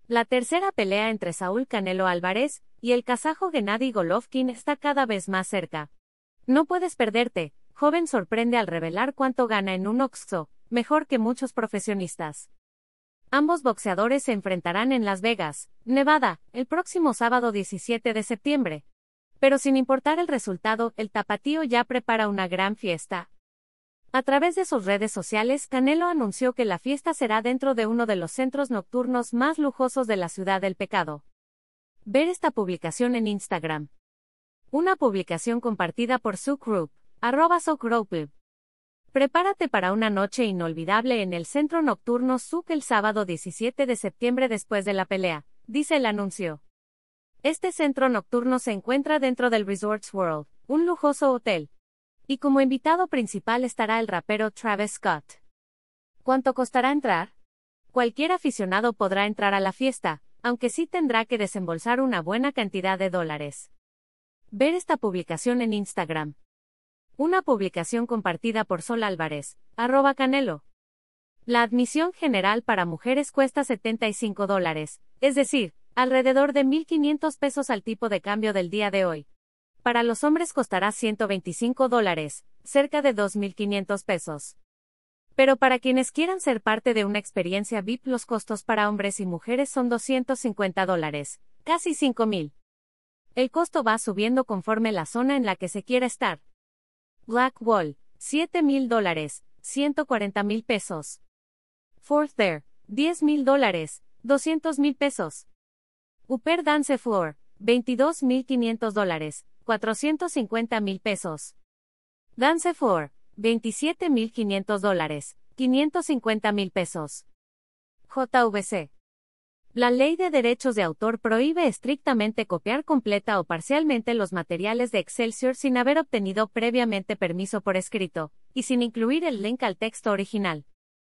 La tercera pelea entre Saúl Canelo Álvarez y el kazajo Gennady Golovkin está cada vez más cerca. No puedes perderte, joven sorprende al revelar cuánto gana en un OXXO, mejor que muchos profesionistas. Ambos boxeadores se enfrentarán en Las Vegas, Nevada, el próximo sábado 17 de septiembre. Pero sin importar el resultado, el tapatío ya prepara una gran fiesta. A través de sus redes sociales, Canelo anunció que la fiesta será dentro de uno de los centros nocturnos más lujosos de la Ciudad del Pecado. Ver esta publicación en Instagram. Una publicación compartida por Sukrup, @Sukrup. Prepárate para una noche inolvidable en el centro nocturno Suk el sábado 17 de septiembre después de la pelea, dice el anuncio. Este centro nocturno se encuentra dentro del Resorts World, un lujoso hotel. Y como invitado principal estará el rapero Travis Scott. ¿Cuánto costará entrar? Cualquier aficionado podrá entrar a la fiesta, aunque sí tendrá que desembolsar una buena cantidad de dólares. Ver esta publicación en Instagram. Una publicación compartida por Sol Álvarez, @Canelo. La admisión general para mujeres cuesta $75, es decir, alrededor de $1,500 al tipo de cambio del día de hoy. Para los hombres costará $125, cerca de $2,500. Pero para quienes quieran ser parte de una experiencia VIP, los costos para hombres y mujeres son $250, casi $5,000. El costo va subiendo conforme la zona en la que se quiera estar. Black Wall, $7,000, $140,000. Fourth There, $10,000, $200,000. Upper Dance Floor, $22,500, $450,000. Dance Floor, $27,500, $550,000. JVC. La Ley de Derechos de Autor prohíbe estrictamente copiar completa o parcialmente los materiales de Excelsior sin haber obtenido previamente permiso por escrito, y sin incluir el link al texto original.